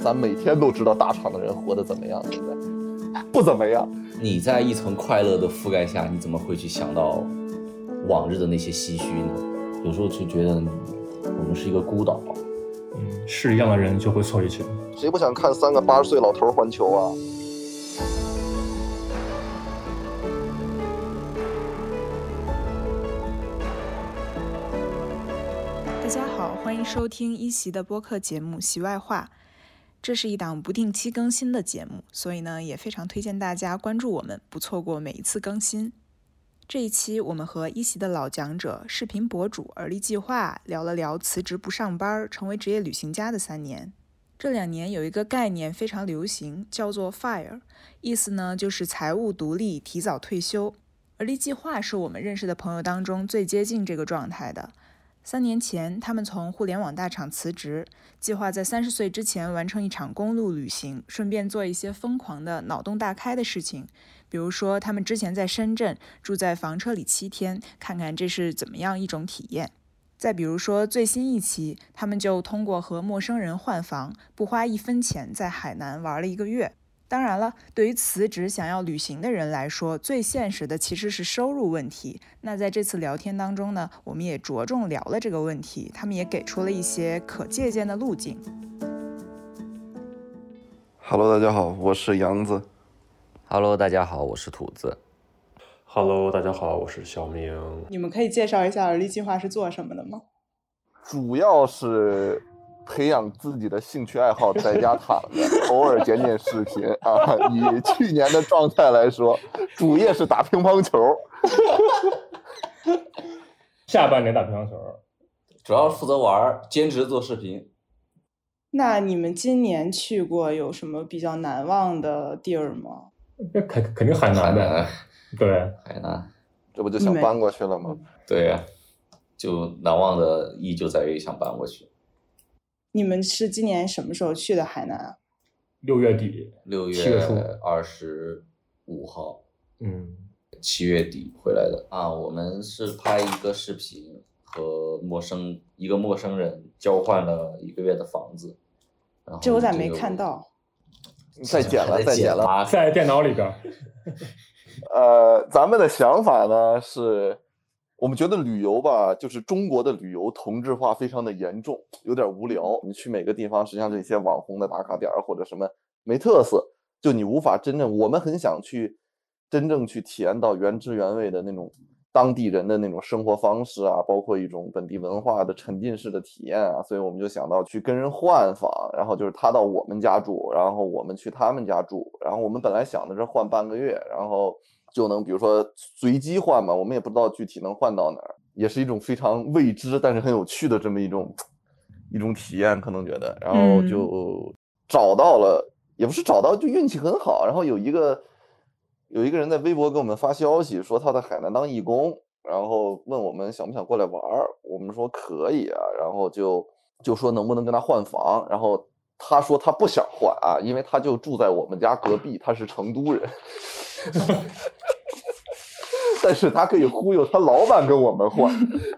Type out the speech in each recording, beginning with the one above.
咱每天都知道大厂的人活得怎么样，现在不怎么样。 你在一层快乐的覆盖下，你怎么会去想到往日的那些唏嘘呢？有时候就觉得我们是一个孤岛。 是一样的人就会凑一起。 谁不想看3个80岁老头环球啊？ 大家好，欢迎收听一席的播客节目《席外话》。这是一档不定期更新的节目，所以呢，也非常推荐大家关注我们，不错过每一次更新。这一期我们和一席的老讲者、视频博主而立计划聊了聊辞职不上班，成为职业旅行家的3年。这2年有一个概念非常流行，叫做 FIRE， 意思呢就是财务独立、提早退休。而立计划是我们认识的朋友当中最接近这个状态的。3年前，他们从互联网大厂辞职，计划在30岁之前完成一场公路旅行，顺便做一些疯狂的脑洞大开的事情。比如说，他们之前在深圳住在房车里7天，看看这是怎么样一种体验。再比如说，最新一期，他们就通过和陌生人换房，不花1分钱，在海南玩了1个月。当然了，对于辞职想要旅行的人来说，最现实的其实是收入问题。那在这次聊天当中呢，我们也着重聊了这个问题，他们也给出了一些可借鉴的路径。 Hello， 大家好，我是杨子。 Hello， 大家好，我是兔子。 Hello， 大家好，我是小明。 你们可以介绍一下而立计划是做什么的吗？ 主要是培养自己的兴趣爱好，在家躺着，偶尔剪剪视频啊。以去年的状态来说，主业是打乒乓球。 下半年打乒乓球， 主要负责玩，兼职做视频。 那你们今年去过有什么比较难忘的地儿吗？ 肯定海南的。对， 海南， 这不就想搬过去了吗？ 对呀，就难忘的意义就在于想搬过去。 你们是今年什么时候去的海南啊 ？6月底 ，6月25号，7月底回来的啊。我们是拍一个视频，和一个陌生人交换了1个月的房子。 这我咋没看到？ 再剪了， 在电脑里边。 咱们的想法呢是，我们觉得旅游吧，就是中国的旅游同质化非常的严重，有点无聊。你去每个地方，实际上这些网红的打卡点或者什么没特色，就你无法真正，我们很想去真正去体验到原汁原味的那种当地人的那种生活方式啊，包括一种本地文化的沉浸式的体验啊，所以我们就想到去跟人换房，然后就是他到我们家住，然后我们去他们家住，然后我们本来想的是换半个月，然后就能比如说随机换嘛，我们也不知道具体能换到哪儿，也是一种非常未知但是很有趣的这么一种体验，可能觉得，然后就找到了，也不是找到，就运气很好，然后有一个人在微博给我们发消息说他在海南当义工，然后问我们想不想过来玩，我们说可以啊，然后就说能不能跟他换房，然后他说他不想换啊，因为他就住在我们家隔壁，他是成都人。但是他可以忽悠他老板跟我们换。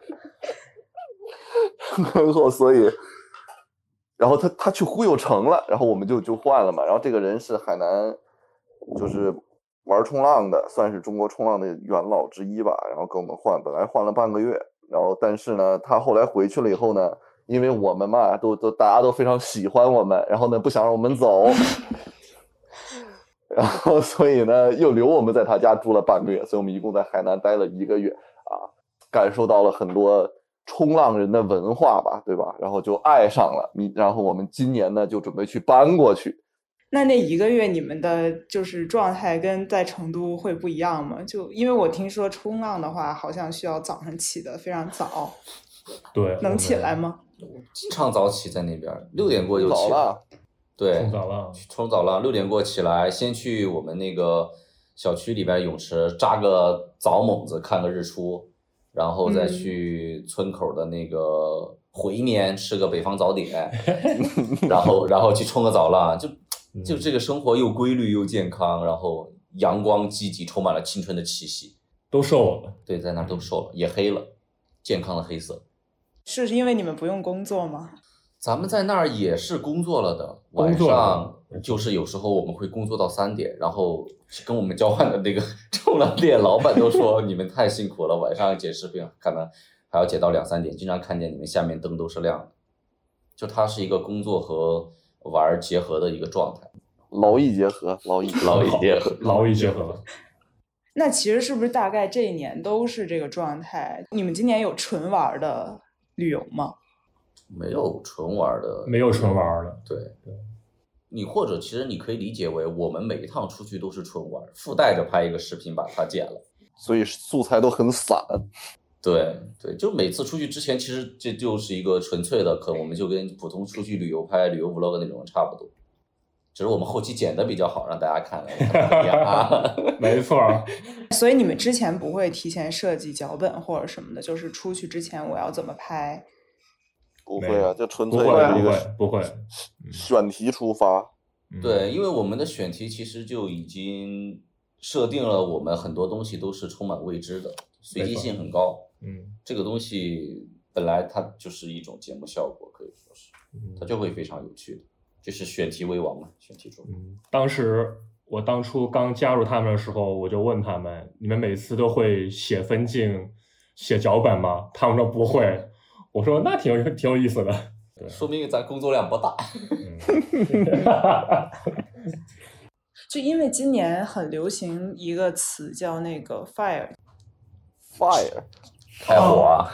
然后所以然后他去忽悠成了，然后我们就换了嘛，然后这个人是海南就是玩冲浪的，算是中国冲浪的元老之一吧，然后跟我们换，本来换了半个月，然后但是呢他后来回去了以后呢，因为我们嘛大家都非常喜欢我们，然后呢不想让我们走。然后所以呢又留我们在他家住了半个月，所以我们一共在海南待了1个月啊，感受到了很多冲浪人的文化吧，对吧？然后就爱上了，然后我们今年呢就准备去搬过去。 那1个月你们的就是状态跟在成都会不一样吗？就因为我听说冲浪的话好像需要早上起得非常早。 对， 能起来吗？ 经常早起，在那边6点过就起了。对，冲早浪6点过起来，先去我们那个小区里边泳池扎个澡猛子，看个日出，然后再去村口的那个回民吃个北方早点，然后去冲个早浪，就这个生活又规律又健康，然后阳光积极，充满了青春的气息。 都瘦了， 对，在那儿都瘦了，也黑了，健康的黑色。 是因为你们不用工作吗？ 咱们在那儿也是工作了的，晚上就是有时候我们会工作到3点，然后跟我们交换的那个冲浪店老板都说你们太辛苦了，晚上剪视频可能还要剪到2、3点，经常看见你们下面灯都是亮的，就它是一个工作和玩结合的一个状态， 劳逸结合，劳逸结合。 那其实是不是大概这一年都是这个状态？你们今年有纯玩的旅游吗？ 没有纯玩的， 没有纯玩的。 对，你或者其实你可以理解为我们每一趟出去都是纯玩，附带着拍一个视频把它剪了， 所以素材都很散。 对，就每次出去之前，其实这就是一个纯粹的，可能我们就跟普通出去旅游拍旅游 vlog 那种差不多，只是我们后期剪的比较好，让大家看一样啊。 没错。 所以你们之前不会提前设计脚本或者什么的，就是出去之前我要怎么拍？ 不会啊，就纯粹是一个不会选题出发。 对，因为我们的选题其实就已经设定了，我们很多东西都是充满未知的，随机性很高。这个东西本来它就是一种节目效果，可以说是，它就会非常有趣的，就是选题为王嘛，选题中。 我当初刚加入他们的时候，我就问他们：你们每次都会写分镜、写脚本吗？他们说不会。我说那挺有意思的， 对，说明咱工作量不大。 就因为今年很流行一个词叫那个 fire， 开火啊！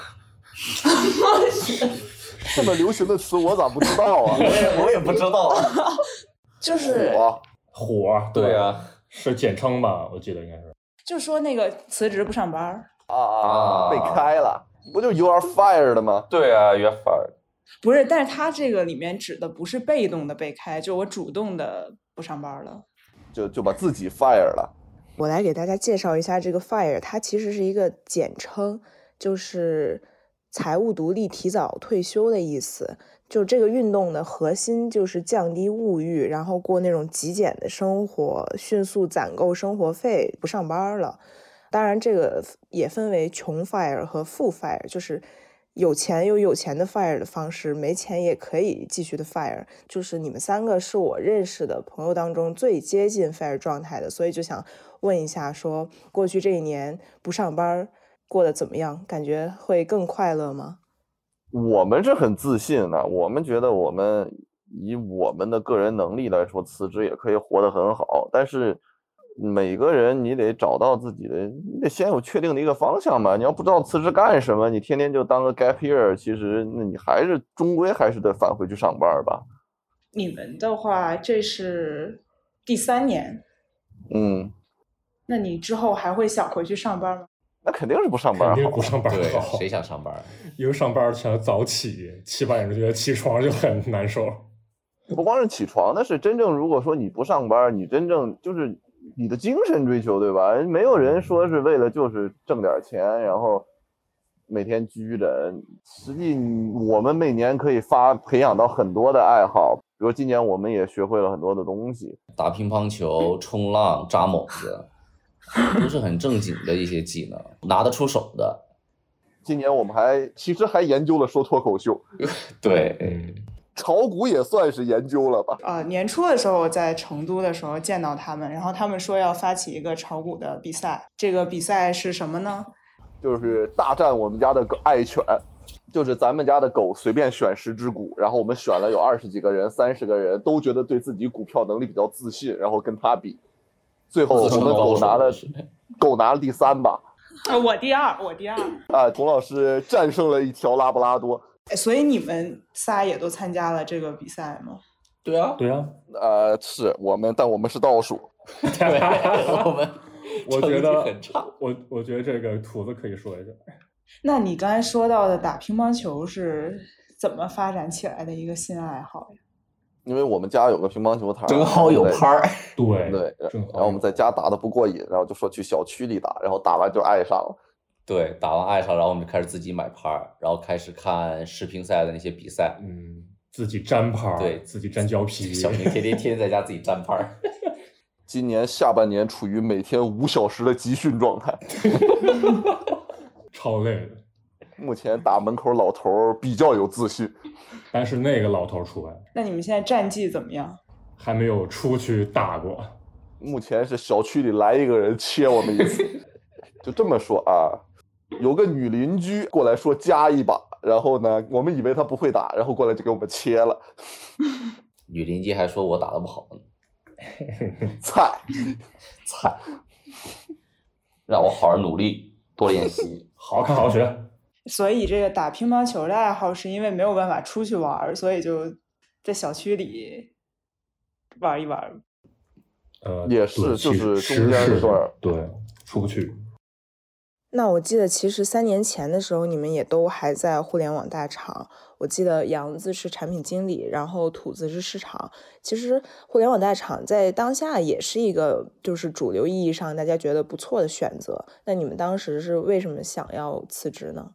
这么流行的词我咋不知道啊？ 我也不知道啊。 就是火， 对啊， 是简称吧？我记得应该是。 就说那个辞职不上班被开了。不就 you are fired 吗？ 对啊 ，you are fired。 不是，但是他这个里面指的不是被动的被开，就我主动的不上班了， 就把自己 fire 了。 我来给大家介绍一下这个 fire， 它其实是一个简称，就是财务独立、提早退休的意思。就这个运动的核心就是降低物欲，然后过那种极简的生活，迅速攒够生活费，不上班了。当然这个也分为穷 fire 和富 fire， 就是有钱有有钱的 fire 的方式，没钱也可以继续的 fire。就是你们3个是我认识的朋友当中最接近 fire 状态的，所以就想问一下，说过去这1年不上班过得怎么样？感觉会更快乐吗？ 我们是很自信的，我们觉得我们以我们的个人能力来说，辞职也可以活得很好，但是每个人你得找到自己的，你得先有确定的一个方向嘛。你要不知道辞职干什么，你天天就当个 gap year， 其实那你终归还是得返回去上班吧。 你们的话，这是第3年。 那你之后还会想回去上班吗？ 那肯定是不上班， 肯定不上班。 对，谁想上班？ 因为上班想早起，7、8点就觉得起床就很难受。 不光是起床，那是真正如果说你不上班，你真正就是你的精神追求，对吧？没有人说是为了就是挣点钱，然后每天居着。实际我们每年可以培养到很多的爱好，比如今年我们也学会了很多的东西， 打乒乓球、冲浪、扎猛子，都是很正经的一些技能，拿得出手的。 今年我们其实还研究了说脱口秀。 对。 炒股也算是研究了吧。 年初的时候在成都的时候见到他们，然后他们说要发起一个炒股的比赛。这个比赛是什么呢？ 就是大战我们家的爱犬，就是咱们家的狗随便选10只股，然后我们选了有20几个人、30个人，都觉得对自己股票能力比较自信，然后跟他比，最后我们狗拿了第3吧。 我第二。 童老师战胜了一条拉布拉多。 所以你们仨也都参加了这个比赛吗？ 对啊。 是我们，但我们是倒数。 对，我们我觉得很差。 我觉得这个图子可以说一下。 那你刚才说到的打乒乓球是怎么发展起来的一个新爱好呀？ 因为我们家有个乒乓球台， 正好有拍儿。 对， 然后我们在家打的不过瘾，然后就说去小区里打，然后打完就爱上了。 对，打完爱上，然后我们就开始自己买拍儿，然后开始看世乒赛的那些比赛。 自己粘拍儿， 对， 自己粘胶皮。 小明天天在家自己粘拍儿。 今年下半年处于每天5小时的集训状态。 超累的。 目前打门口老头比较有自信， 但是那个老头出来。 那你们现在战绩怎么样？ 还没有出去打过。 目前是小区里来一个人切我们一次。就这么说啊，有个女邻居过来说加一把，然后呢，我们以为她不会打，然后过来就给我们切了。 女邻居还说我打得不好呢。 菜， 让我好好努力，多练习， 好好看好学。 所以这个打乒乓球的爱好是因为没有办法出去玩，所以就在小区里玩一玩。 也是，就是中间这段对出不去。 那我记得其实3年前的时候，你们也都还在互联网大厂。我记得杨子是产品经理，然后土子是市场。其实互联网大厂在当下也是一个就是主流意义上大家觉得不错的选择。那你们当时是为什么想要辞职呢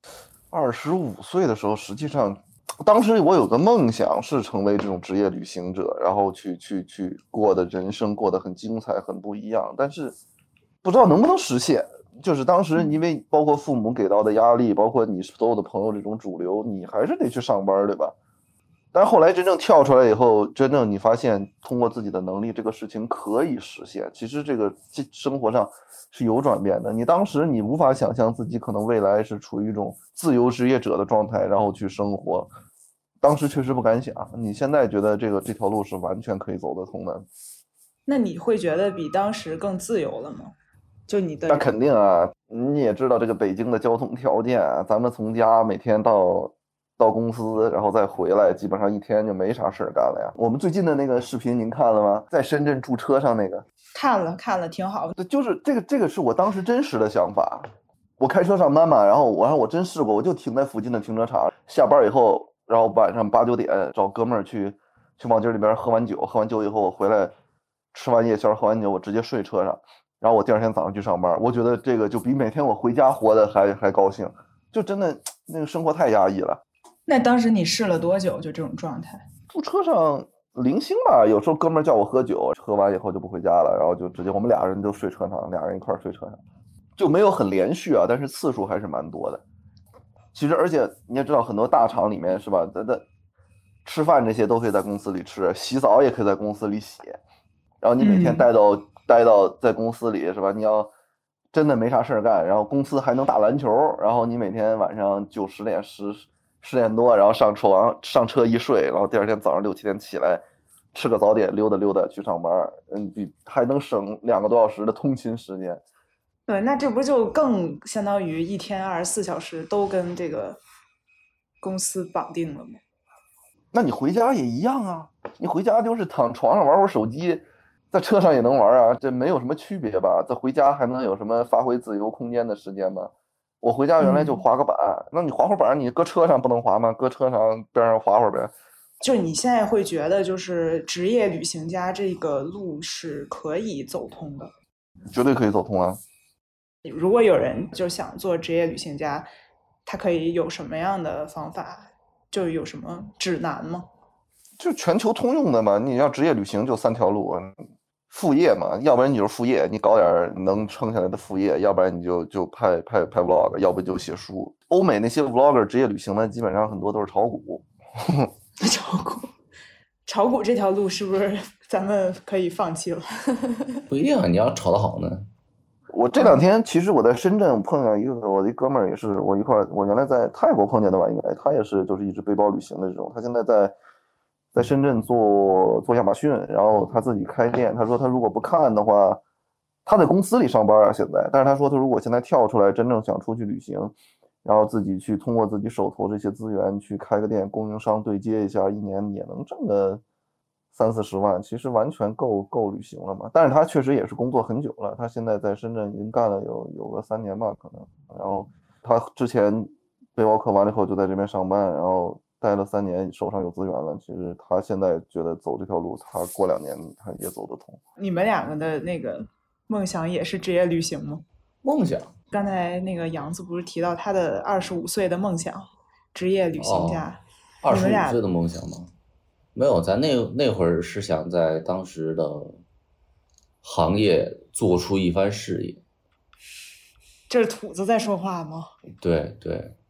？25岁的时候，实际上当时我有个梦想是成为这种职业旅行者，然后去过的人生过得很精彩很不一样，但是不知道能不能实现。就是当时因为包括父母给到的压力，包括你所有的朋友这种主流，你还是得去上班，对吧？但是后来真正跳出来以后，真正你发现通过自己的能力这个事情可以实现，其实这个生活上是有转变的。你当时你无法想象自己可能未来是处于一种自由职业者的状态，然后去生活，当时确实不敢想。你现在觉得这条路是完全可以走得通的。 那你会觉得比当时更自由了吗？就你的那肯定啊，你也知道这个北京的交通条件，咱们从家每天到公司，然后再回来，基本上一天就没啥事干了呀。我们最近的那个视频您看了吗？在深圳驻车上那个。 看了，挺好。 就是这个是我当时真实的想法。我开车上班嘛，然后我真试过，我就停在附近的停车场，下班以后，然后晚上8、9点找哥们儿去网街里边喝完酒以后，我回来吃完夜宵，喝完酒，我直接睡车上。然后我第二天早上去上班，我觉得这个就比每天我回家活的还高兴，就真的那个生活太压抑了。 那当时你试了多久？就这种状态？ 驻车上零星吧，有时候哥们儿叫我喝酒，喝完以后就不回家了，然后就直接我们俩人就睡车上，俩人一块睡车上，就没有很连续啊，但是次数还是蛮多的。其实而且你也知道，很多大厂里面是吧，咱吃饭这些都可以在公司里吃，洗澡也可以在公司里洗，然后你每天待到在公司里是吧？你要真的没啥事干，然后公司还能打篮球，然后你每天晚上9、10点10点多，然后上车一睡，然后第二天早上6、7点起来，吃个早点，溜达去上班，还能省2个多小时的通勤时间。 对，那这不就更相当于一天24小时都跟这个公司绑定了吗？ 那你回家也一样啊，你回家就是躺床上玩会儿手机。在车上也能玩啊，这没有什么区别吧？在回家还能有什么发挥自由空间的时间吗？我回家原来就滑个板，那你滑会儿板，你搁车上不能滑吗？搁车上边上滑会儿呗。 就你现在会觉得，就是职业旅行家这个路是可以走通的？ 绝对可以走通啊！ 如果有人就想做职业旅行家，他可以有什么样的方法？就有什么指南吗？ 就全球通用的嘛，你要职业旅行就3条路。副业嘛，要不然你就是副业，你搞点能撑下来的副业，要不然你就拍 vlog， 要不就写书。欧美那些 vlogger 职业旅行的基本上很多都是炒股。 炒股这条路是不是咱们可以放弃了？ 不一定啊，你要炒得好呢。 我这2天其实我在深圳碰见我的一哥们儿，也是我原来在泰国碰见的吧，应该他也是就是一直背包旅行的这种，他现在在深圳做亚马逊，然后他自己开店。他说他如果不看的话，他在公司里上班啊现在，但是他说他如果现在跳出来真正想出去旅行，然后自己去通过自己手头这些资源去开个店，供应商对接一下，一年也能挣个30、40万，其实完全够旅行了嘛。但是他确实也是工作很久了，他现在在深圳已经干了有个3年吧可能。然后他之前背包客完了以后就在这边上班，然后待了3年，手上有资源了。其实他现在觉得走这条路，他过2年他也走得通。 你们2个的那个梦想也是职业旅行吗？ 梦想？ 刚才那个杨子不是提到他的25岁的梦想，职业旅行家。 25岁的梦想吗？没有，咱那会儿是想在当时的行业做出一番事业。 这是土子在说话吗？ 对对。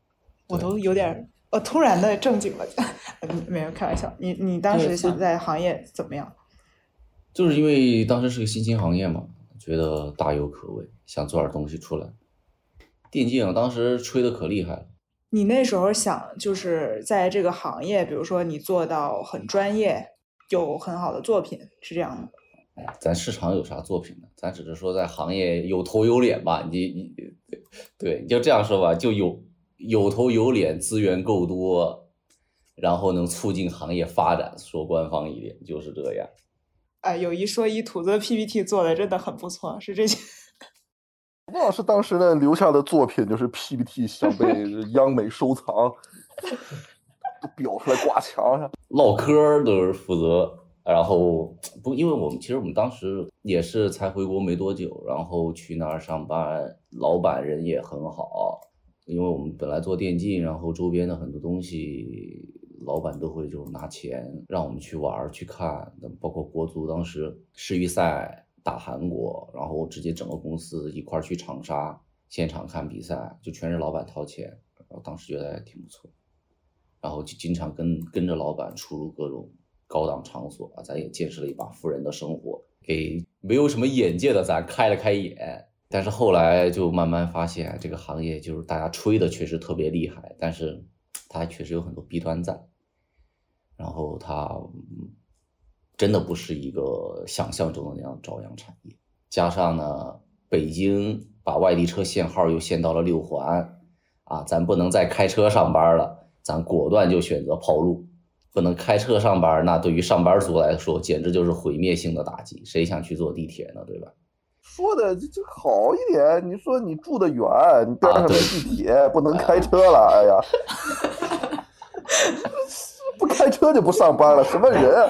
我都有点突然的正经了。没有开玩笑，你当时想在行业怎么样？ 就是因为当时是个新兴行业嘛，觉得大有可为，想做点东西出来。电竞当时吹得可厉害了。 你那时候想就是在这个行业，比如说你做到很专业，有很好的作品，是这样吗？ 咱市场有啥作品呢？咱只是说在行业有头有脸吧。你就这样说吧，就有头有脸，资源够多，然后能促进行业发展。说官方一点就是这样。 有一说一，土子 PPT 做的真的很不错，是这些。 王老师当时的留下的作品就是 PPT 想被央美收藏，都裱出来挂墙上。 唠嗑都是负责。然后因为其实我们当时也是才回国没多久，然后去那儿上班，老板人也很好，因为我们本来做电竞，然后周边的很多东西老板都会就拿钱让我们去玩去看，包括国足当时世预赛打韩国，然后直接整个公司一块去长沙现场看比赛，就全是老板掏钱，然后当时觉得还挺不错，然后就经常跟着老板出入各种高档场所啊，咱也见识了一把富人的生活，给没有什么眼界的咱开了开眼。但是后来就慢慢发现，这个行业就是大家吹的确实特别厉害，但是它确实有很多弊端在，然后它真的不是一个想象中的那样朝阳产业。加上呢，北京把外地车限号又限到了6环啊，咱不能再开车上班了，咱果断就选择跑路。不能开车上班，那对于上班族来说简直就是毁灭性的打击，谁想去坐地铁呢，对吧？ 说的就好一点，你说你住得远，你边上没地铁，不能开车了，哎呀，不开车就不上班了，什么人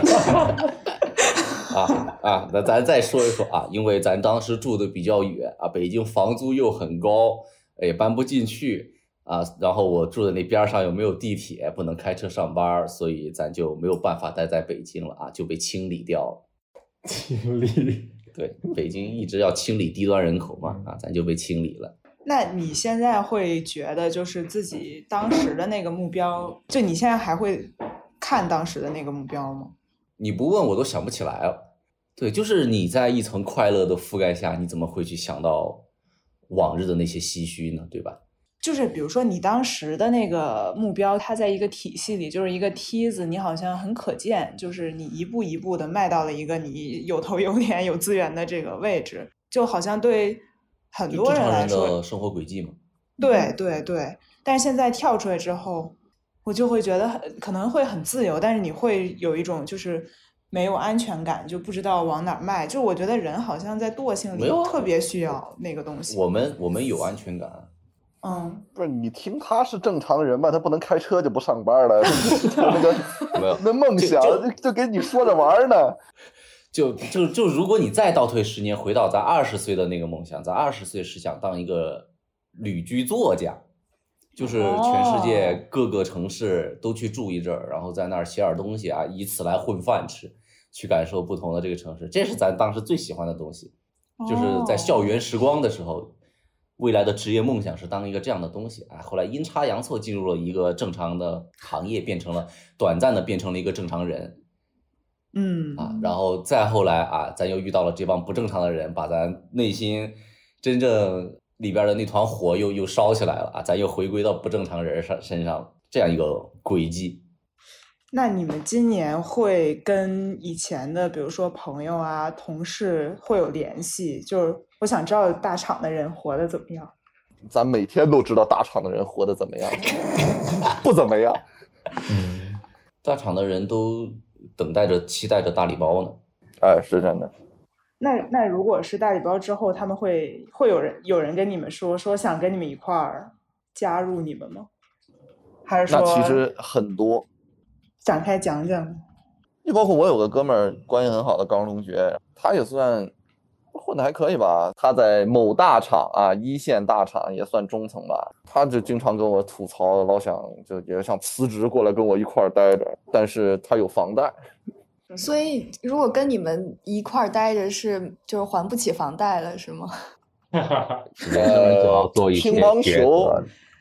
啊？那咱再说一说啊，因为咱当时住的比较远啊，北京房租又很高，也搬不进去啊，然后我住的那边上又没有地铁，不能开车上班，所以咱就没有办法待在北京了啊，就被清理掉了。 清理？ 对，北京一直要清理低端人口嘛，啊，咱就被清理了。 那你现在会觉得就是自己当时的那个目标，就你现在还会看当时的那个目标吗？ 你不问我都想不起来了。对，就是你在一层快乐的覆盖下，你怎么会去想到往日的那些唏嘘呢？对吧？ 就是比如说你当时的那个目标，它在一个体系里就是一个梯子，你好像很可见，就是你一步一步的迈到了一个你有头有脸有资源的这个位置，就好像对很多人来说， 正常人的生活轨迹嘛。 对对对，但是现在跳出来之后，我就会觉得可能会很自由，但是你会有一种就是没有安全感，就不知道往哪迈。就我觉得人好像在惰性里特别需要那个东西。 我们有安全感。 不是你听他是正常人吧？他不能开车就不上班了，那个那梦想就给你说着玩呢。 就如果你再倒退10年，回到咱20岁的那个梦想，咱20岁是想当一个旅居作家，就是全世界各个城市都去住一阵儿，然后在那儿写点东西啊，以此来混饭吃，去感受不同的这个城市，这是咱当时最喜欢的东西。就是在校园时光的时候，未来的职业梦想是当一个这样的东西啊。后来阴差阳错进入了一个正常的行业，短暂的变成了一个正常人。然后再后来啊，咱又遇到了这帮不正常的人，把咱内心真正里边的那团火又烧起来了啊，咱又回归到不正常人身上，这样一个轨迹。 那你们今年会跟以前的比如说朋友啊同事会有联系，就是我想知道大厂的人活得怎么样。 咱每天都知道大厂的人活得怎么样不怎么样。 大厂的人都期待着大礼包呢。 哎，是真的。 那如果是大礼包之后，他们会有人跟你们说想跟你们一块儿加入你们吗？还是说？ 那其实很多。 展开讲讲。 就包括我有个哥们儿，关系很好的高中同学，他也算混得还可以吧。他在某大厂啊，1线大厂也算中层吧。他就经常跟我吐槽，老想就也想辞职过来跟我一块儿待着，但是他有房贷。 所以如果跟你们一块儿待着就是还不起房贷了，是吗？ 乒乓球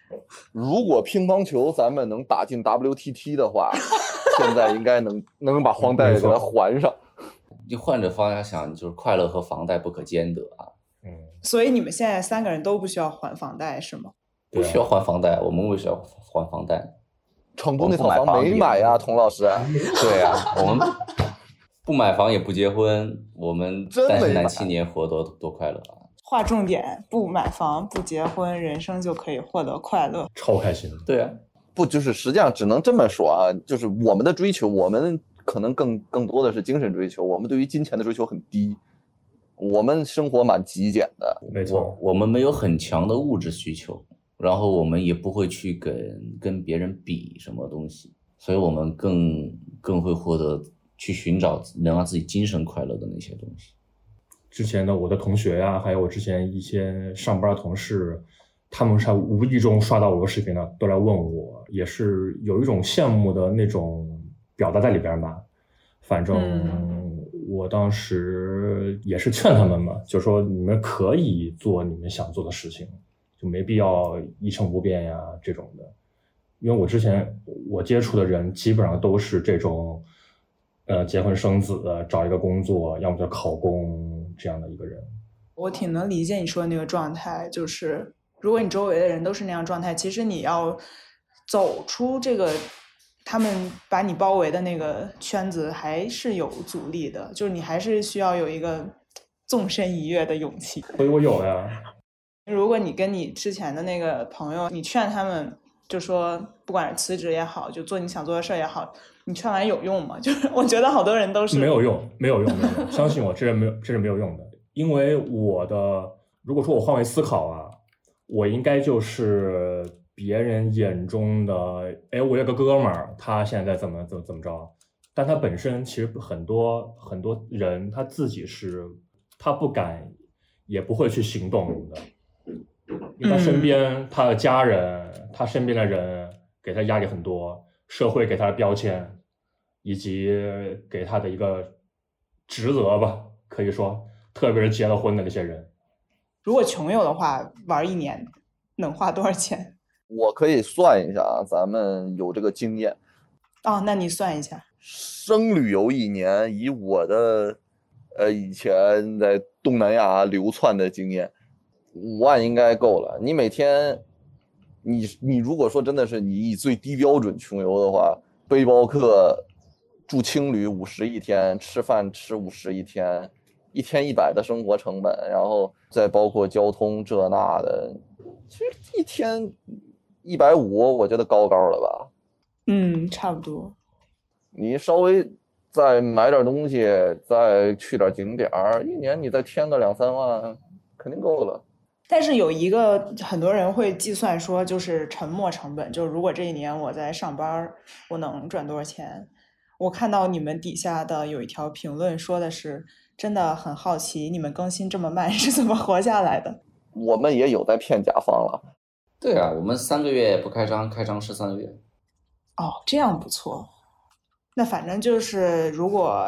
如果乒乓球咱们能打进 WTT 的话，现在应该能把房贷给它还上。 你换着方向想，就是快乐和房贷不可兼得啊。 所以你们现在3个人都不需要还房贷是吗？ 不需要还房贷，我们为什么要还房贷？ 成都那套房没买呀，童老师。 对呀，我们不买房也不结婚，我们单身男青年活多快乐啊！ 划重点，不买房不结婚，人生就可以获得快乐， 超开心。 对啊， 不就是实际上只能这么说啊，就是我们的追求，我们可能更多的是精神追求，我们对于金钱的追求很低，我们生活蛮极简的。 没错， 我们没有很强的物质需求，然后我们也不会去跟别人比什么东西，所以我们更会获得去寻找能让自己精神快乐的那些东西。 之前的我的同学呀，还有我之前一些上班同事，他们是无意中刷到我的视频呢，都来问我，也是有一种羡慕的那种表达在里边吧。反正我当时也是劝他们嘛，就说你们可以做你们想做的事情，就没必要一成不变呀这种的。因为我之前我接触的人基本上都是这种结婚生子，找一个工作，要么就考公这样的一个人。 我挺能理解你说的那个状态，就是如果你周围的人都是那样状态，其实你要走出这个他们把你包围的那个圈子还是有阻力的，就是你还是需要有一个纵身一跃的勇气。 所以我有呀。 如果你跟你之前的那个朋友，你劝他们就说不管是辞职也好，就做你想做的事也好，你劝完有用吗？就是我觉得好多人都是没有用，相信我，这是没有用的。因为如果说我换位思考啊，我应该就是别人眼中的，我有个哥们儿，他现在怎么着，但他本身其实很多人他自己他不敢也不会去行动的。他身边他的家人，他身边的人给他压力很多，社会给他的标签，以及给他的一个职责吧，可以说，特别是结了婚的那些人。 如果穷游的话，玩1年能花多少钱？ 我可以算一下啊，咱们有这个经验。 那你算一下。 生旅游1年，以我的以前在东南亚流窜的经验，5万应该够了。你每天，你如果说真的是你以最低标准穷游的话，背包客住青旅50一天，吃饭吃50一天，1天100的生活成本，然后再包括交通这那的，其实1天150，我觉得高了吧？ 差不多。 你稍微再买点东西，再去点景点，1年你再添个2、3万，肯定够了。 但是有一个很多人会计算说，就是沉没成本，就如果这1年我在上班，我能赚多少钱？我看到你们底下的有一条评论说的是，真的很好奇你们更新这么慢是怎么活下来的？ 我们也有在骗甲方了。 对啊，我们3个月不开张，开张13个月。 这样不错。那反正就是如果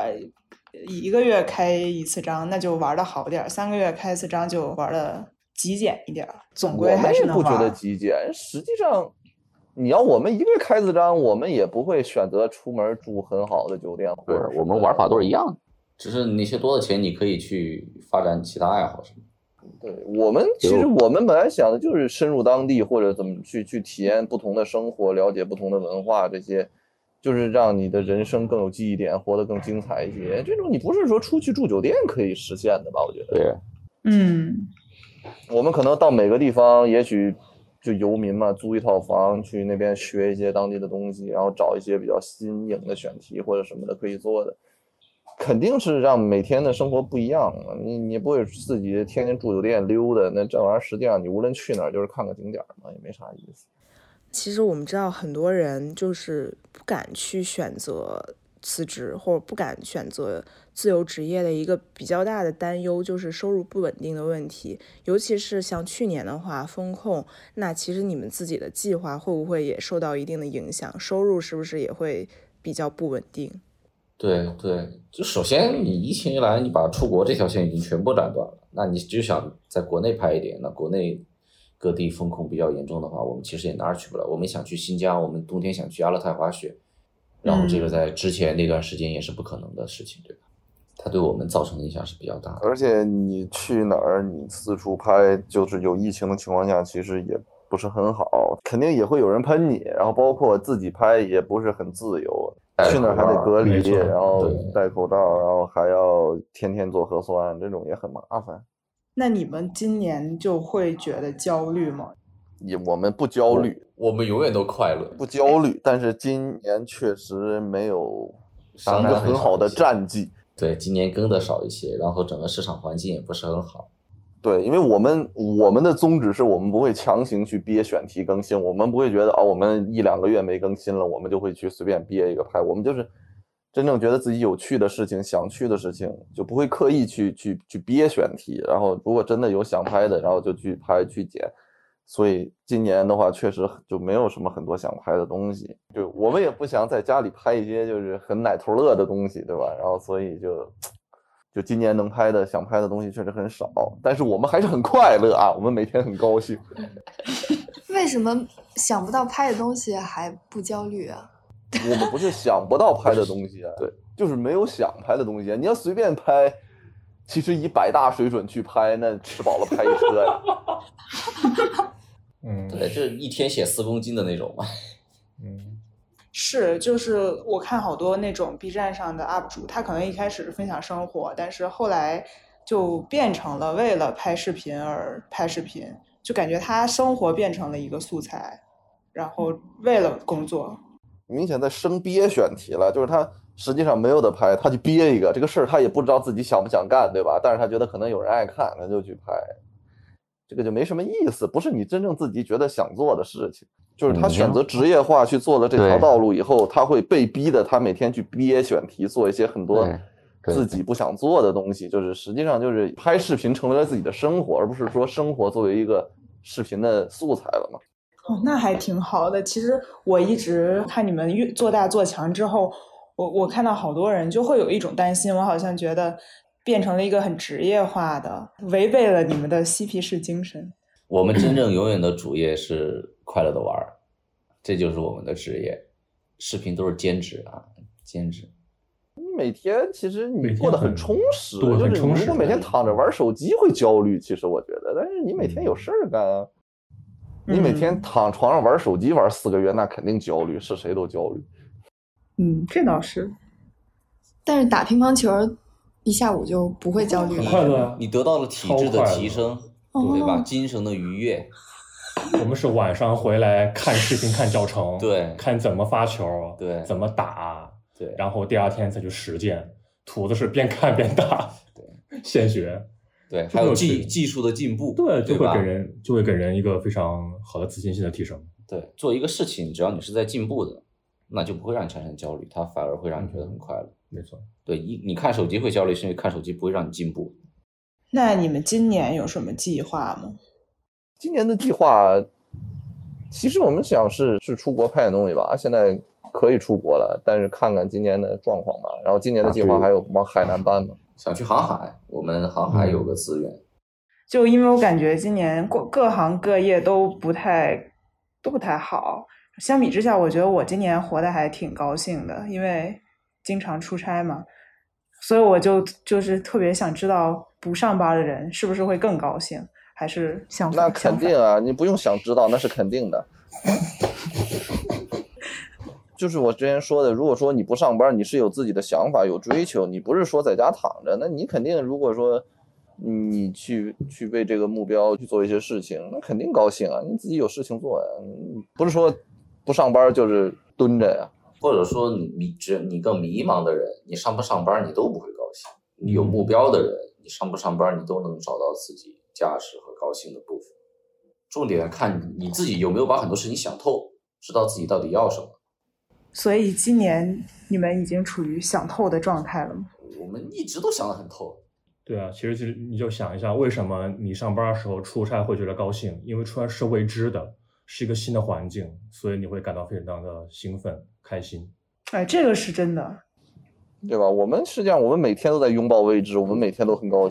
1个月开1次张，那就玩的好点；3个月开1次张就玩的极简一点，总归还是能玩。 我们也不觉得极简，实际上你要我们1个月开1次张，我们也不会选择出门住很好的酒店。 对，我们玩法都是一样的，只是那些多的钱你可以去发展其他爱好什么。 对，其实我们本来想的就是深入当地，或者怎么去体验不同的生活，了解不同的文化，这些就是让你的人生更有记忆点，活得更精彩一些。这种你不是说出去住酒店可以实现的吧？我觉得。 对。 我们可能到每个地方，也许就游民嘛，租一套房去那边学一些当地的东西，然后找一些比较新颖的选题或者什么的可以做的。肯定是让每天的生活不一样，你不会自己天天住酒店溜达，那这玩意儿实际上你无论去哪儿就是看个景点嘛，也没啥意思。 其实我们知道很多人就是不敢去选择辞职，或者不敢选择自由职业的一个比较大的担忧就是收入不稳定的问题，尤其是像去年的话风控，那其实你们自己的计划会不会也受到一定的影响？收入是不是也会比较不稳定？ 对，就首先你疫情一来，你把出国这条线已经全部斩断了，那你就想在国内拍一点，那国内各地风控比较严重的话，我们其实也哪儿去不了。我们想去新疆，我们冬天想去阿勒泰滑雪，然后这个在之前那段时间也是不可能的事情，对吧？它对我们造成的影响是比较大的。 而且你去哪儿，你四处拍，就是有疫情的情况下，其实也不是很好，肯定也会有人喷你，然后包括自己拍也不是很自由。去哪儿还得隔离，然后戴口罩，然后还要天天做核酸，这种也很麻烦。 那你们今年就会觉得焦虑吗？ 我们不焦虑， 我们永远都快乐， 不焦虑。但是今年确实没有打一个很好的战绩。 对，今年更的少一些，然后整个市场环境也不是很好。 对，因为我们的宗旨是我们不会强行去憋选题更新，我们不会觉得我们1-2个月没更新了，我们就会去随便憋一个拍。我们就是真正觉得自己有趣的事情、想去的事情，就不会刻意去憋选题。然后如果真的有想拍的，然后就去拍去剪。所以今年的话，确实就没有什么很多想拍的东西。就我们也不想在家里拍一些就是很奶头乐的东西，对吧？然后所以就今年能拍的想拍的东西确实很少，但是我们还是很快乐啊，我们每天很高兴。 为什么想不到拍的东西还不焦虑啊？ 我们不是想不到拍的东西啊，对，就是没有想拍的东西。你要随便拍，其实以百大水准去拍，那吃饱了拍一车呀。 对，就是一天写4公斤的那种嘛。 是，就是我看好多那种 B 站上的 UP 主，他可能一开始是分享生活，但是后来就变成了为了拍视频而拍视频，就感觉他生活变成了一个素材，然后为了工作。 明显在生憋选题了，就是他实际上没有的拍，他去憋一个这个事儿，他也不知道自己想不想干，对吧？但是他觉得可能有人爱看，他就去拍。这个就没什么意思，不是你真正自己觉得想做的事情。就是他选择职业化去做了这条道路以后，他会被逼的，他每天去憋选题，做一些很多自己不想做的东西。就是实际上就是拍视频成为了自己的生活，而不是说生活作为一个视频的素材了嘛。 那还挺好的。其实我一直看你们做大做强之后，我看到好多人就会有一种担心，我好像觉得变成了一个很职业化的，违背了你们的嬉皮士精神。 我们真正永远的主业是快乐的玩，这就是我们的职业。视频都是兼职啊，兼职。 你每天其实你过得很充实， 就是你如果每天躺着玩手机会焦虑，其实我觉得，但是你每天有事儿干啊。你每天躺床上玩手机玩4个月，那肯定焦虑，是谁都焦虑。 这倒是。 但是打乒乓球一下午就不会焦虑了， 很快乐， 你得到了体质的提升，对吧？精神的愉悦。 我们是晚上回来看视频看教程， 对， 看怎么发球， 对， 怎么打， 对， 然后第二天再去实践。图子是边看边打， 对， 现学。 对，还有技术的进步， 对，就会给人一个非常好的自信心的提升。 对，做一个事情，只要你是在进步的，那就不会让你产生焦虑，它反而会让你觉得很快乐。 没错， 对，你看手机会焦虑，是因为看手机不会让你进步。 那你们今年有什么计划吗？ 今年的计划，其实我们想是出国拍点东西吧，现在可以出国了，但是看看今年的状况吧。然后今年的计划还有往海南搬嘛。 想去航海，我们航海有个资源。 就因为我感觉今年各行各业都不太好，相比之下，我觉得我今年活得还挺高兴的，因为经常出差嘛，所以我就是特别想知道不上班的人是不是会更高兴，还是相反？ 那肯定啊，你不用想知道，那是肯定的。就是我之前说的，如果说你不上班，你是有自己的想法有追求，你不是说在家躺着，那你肯定如果说你去为这个目标去做一些事情，那肯定高兴啊，你自己有事情做呀，不是说不上班就是蹲着呀。 或者说你更迷茫的人，你上不上班你都不会高兴。你有目标的人，你上不上班你都能找到自己价值和高兴的部分。重点看你自己有没有把很多事情想透，知道自己到底要什么。 所以今年你们已经处于想透的状态了吗？ 我们一直都想得很透。 对啊，其实你就想一下，为什么你上班的时候出差会觉得高兴？因为出差是未知的，是一个新的环境，所以你会感到非常的兴奋、开心。 哎，这个是真的， 对吧？我们实际上我们每天都在拥抱未知，我们每天都很高兴。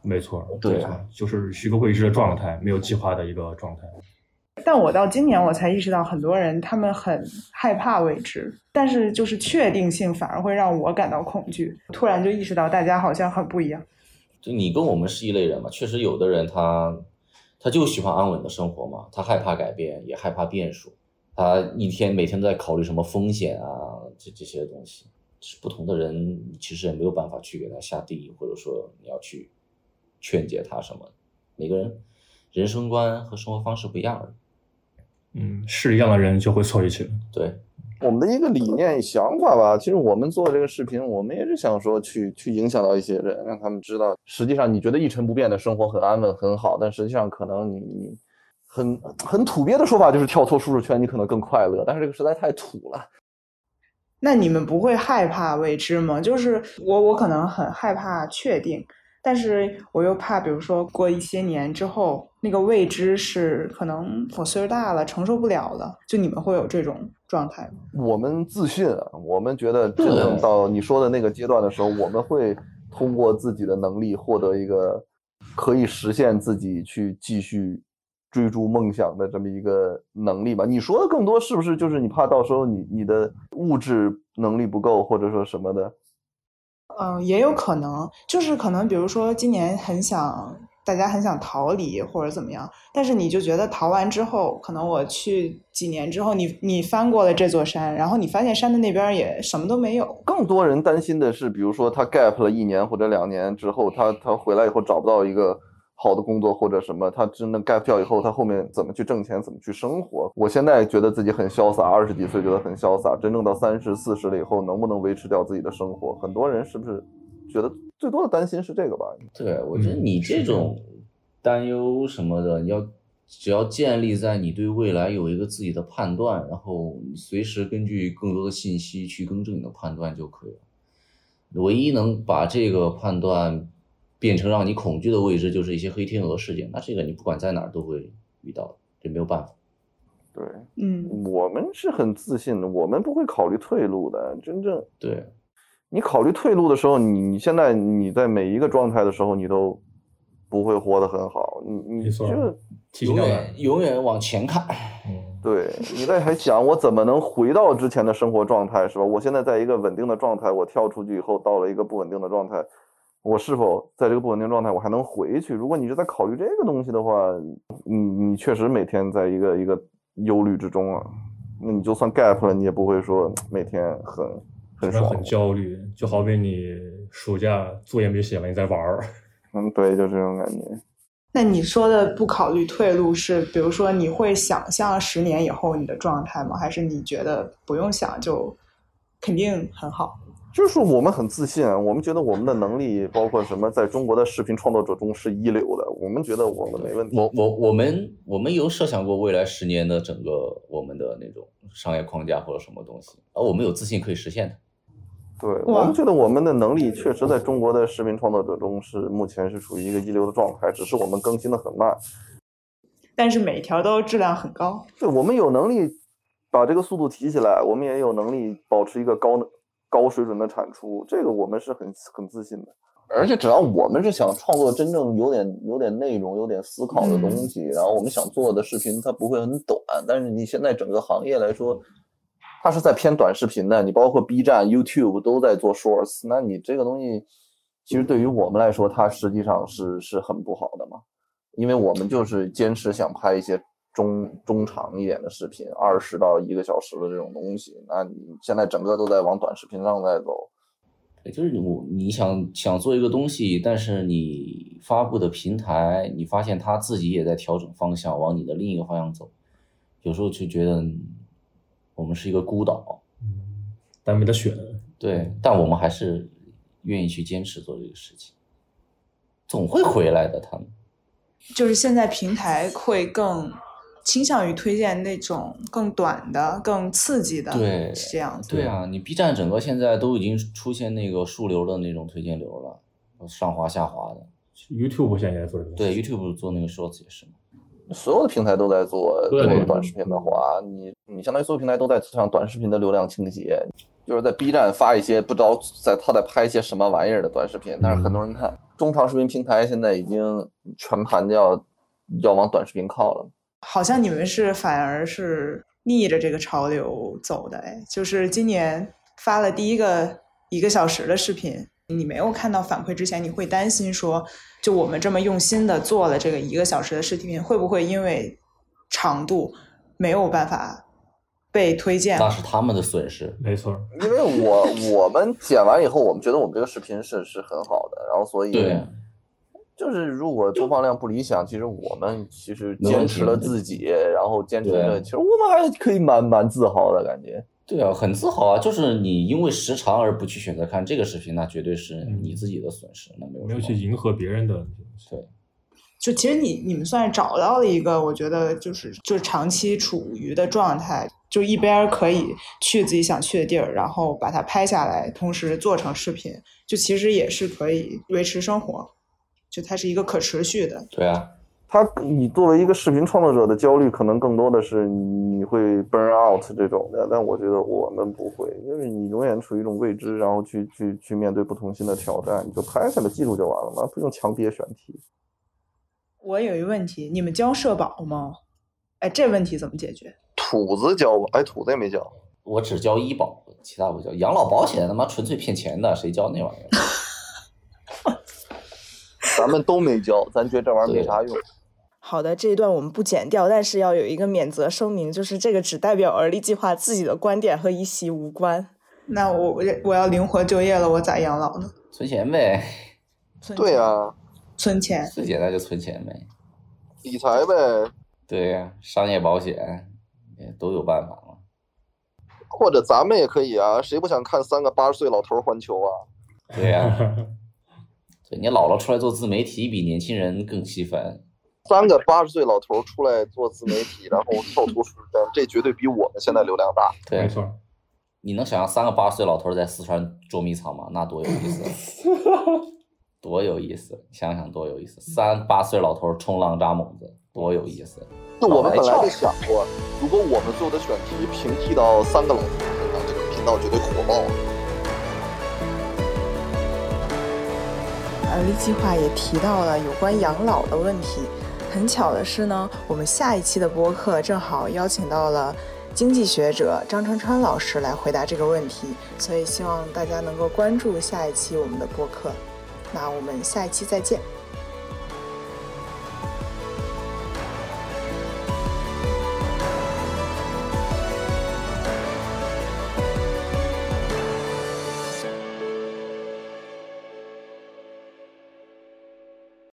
没错，对，就是是一个未知的状态，没有计划的一个状态。 但我到今年我才意识到，很多人他们很害怕未知，但是就是确定性反而会让我感到恐惧。突然就意识到大家好像很不一样。 就你跟我们是一类人嘛，确实有的人他就喜欢安稳的生活嘛，他害怕改变，也害怕变数，他每天都在考虑什么风险啊，这些东西。不同的人其实也没有办法去给他下定义，或者说你要去劝解他什么。每个人人生观和生活方式不一样的。 是一样的人就会错一起。 对， 我们的一个理念想法吧，其实我们做这个视频，我们也是想说去影响到一些人，让他们知道，实际上你觉得一成不变的生活很安稳很好，但实际上可能你很土鳖的说法就是跳脱舒适圈，你可能更快乐，但是这个实在太土了。 那你们不会害怕未知吗？就是我可能很害怕确定，但是我又怕，比如说过一些年之后，那个未知是可能我岁数大了承受不了了。就你们会有这种状态吗？ 我们自信啊，我们觉得真正到你说的那个阶段的时候，我们会通过自己的能力获得一个可以实现自己去继续追逐梦想的这么一个能力吧。你说的更多是不是就是你怕到时候你的物质能力不够，或者说什么的？ 也有可能，就是可能比如说今年大家很想逃离或者怎么样，但是你就觉得逃完之后，可能我去几年之后，你翻过了这座山，然后你发现山的那边也什么都没有。 更多人担心的是，比如说他 gap 了1年或者2年之后，他回来以后找不到一个好的工作或者什么，他真的 gap 掉以后，他后面怎么去挣钱，怎么去生活。我现在觉得自己很潇洒，20几岁觉得很潇洒，真正到30、40了以后，能不能维持掉自己的生活？很多人是不是觉得最多的担心是这个吧？ 对，我觉得你这种担忧什么的，只要建立在你对未来有一个自己的判断，然后你随时根据更多的信息去更正你的判断就可以了。唯一能把这个判断变成让你恐惧的未知，就是一些黑天鹅事件，那这个你不管在哪儿都会遇到的，这没有办法。 对，我们是很自信的，我们不会考虑退路的。真正对， 你考虑退路的时候，你现在你在每一个状态的时候，你都不会活得很好。你就永远往前看。 对，你在还想我怎么能回到之前的生活状态，是吧？我现在在一个稳定的状态，我跳出去以后到了一个不稳定的状态，我是否在这个不稳定状态我还能回去？如果你是在考虑这个东西的话，你确实每天在一个忧虑之中啊。那你就算 gap 了，你也不会说每天很爽， 很焦虑，就好比你暑假作业没写完，你在玩儿。 对，就这种感觉。 那你说的不考虑退路是，比如说你会想象10年以后你的状态吗？还是你觉得不用想就肯定很好？ 就是我们很自信，我们觉得我们的能力包括什么，在中国的视频创作者中是一流的，我们觉得我们没问题。 我们有设想过未来10年的整个我们的那种商业框架或者什么东西，而我们有自信可以实现的。 对，我们觉得我们的能力确实在中国的视频创作者中是目前是处于一个一流的状态，只是我们更新的很慢， 但是每条都质量很高。 对，我们有能力把这个速度提起来，我们也有能力保持一个高水准的产出，这个我们是很自信的。而且只要我们是想创作真正有点内容、有点思考的东西，然后我们想做的视频它不会很短，但是你现在整个行业来说，它是在偏短视频的，你包括 B 站、YouTube 都在做 Shorts， 那你这个东西其实对于我们来说，它实际上是很不好的嘛，因为我们就是坚持想拍一些中长一点的视频，20到1个小时的这种东西，那你现在整个都在往短视频上在走。 就是你想做一个东西，但是你发布的平台，你发现他自己也在调整方向，往你的另一个方向走，有时候就觉得我们是一个孤岛， 但没得选。 对，但我们还是愿意去坚持做这个事情，总会回来的。他们就是现在平台会更倾向于推荐那种更短的、更刺激的， 对， 是这样子。 对啊，你 B 站整个现在都已经出现那个数流的那种推荐流了，上滑下滑的。 YouTube 现在也做这个。 对 ，YouTube 做那个 Shorts 也是嘛。 所有的平台都在做短视频的话，你相当于所有平台都在向短视频的流量倾斜， 就是在 B 站发一些不知道他在拍一些什么玩意儿的短视频，但是很多人看。中长视频平台现在已经全盘要往短视频靠了。 好像你们反而是逆着这个潮流走的，就是今年发了第一个1个小时的视频，你没有看到反馈之前，你会担心说，就我们这么用心的做了这个1个小时的视频，会不会因为长度没有办法被推荐？ 那是他们的损失， 没错。 因为我们剪完以后，我们觉得我们这个视频是很好的，然后所以对。 就是如果播放量不理想，其实我们坚持了自己，然后坚持着，其实我们还可以蛮自豪的感觉。 对啊，很自豪啊！就是你因为时长而不去选择看这个视频，那绝对是你自己的损失，那没有去迎合别人的。 对， 就其实你们算是找到了一个，我觉得就是长期处于的状态，就一边可以去自己想去的地儿，然后把它拍下来，同时做成视频，就其实也是可以维持生活。就它是一个可持续的。 对啊， 你作为一个视频创作者的焦虑，可能更多的是你会 burn out 这种的，但我觉得我们不会，因为你永远处于一种未知，然后去面对不同新的挑战，你就拍下来记录就完了嘛，不用强憋选题。 我有一个问题，你们交社保吗？这问题怎么解决？ 土子交吧，土子也没交。 我只交医保，其他不交。养老保险他妈纯粹骗钱的，谁交那玩意儿？ 咱们都没交，咱觉得这玩意儿没啥用。 好的，这一段我们不剪掉，但是要有一个免责声明，就是这个只代表而立计划自己的观点，和一席无关。 那我要灵活就业了，我咋养老呢？ 存钱呗。 对呀， 存钱， 最简单就存钱呗， 理财呗。 对呀，商业保险也都有办法嘛。 或者咱们也可以啊，谁不想看3个80岁老头环球啊？ 对呀。对，你姥姥出来做自媒体比年轻人更吸粉。 3个80岁老头出来做自媒体，然后跳脱出圈，这绝对比我们现在流量大。 对， 没错。 你能想象3个80岁老头在四川捉迷藏吗？那多有意思，多有意思！想想多有意思，3、8岁老头冲浪扎猛子，多有意思！ 就我们本来就想过，如果我们做的选题平替到3个老头身上，这个频道绝对火爆。 而立计划也提到了有关养老的问题。很巧的是呢，我们下一期的播客正好邀请到了经济学者张成川老师来回答这个问题，所以希望大家能够关注下一期我们的播客。那我们下一期再见。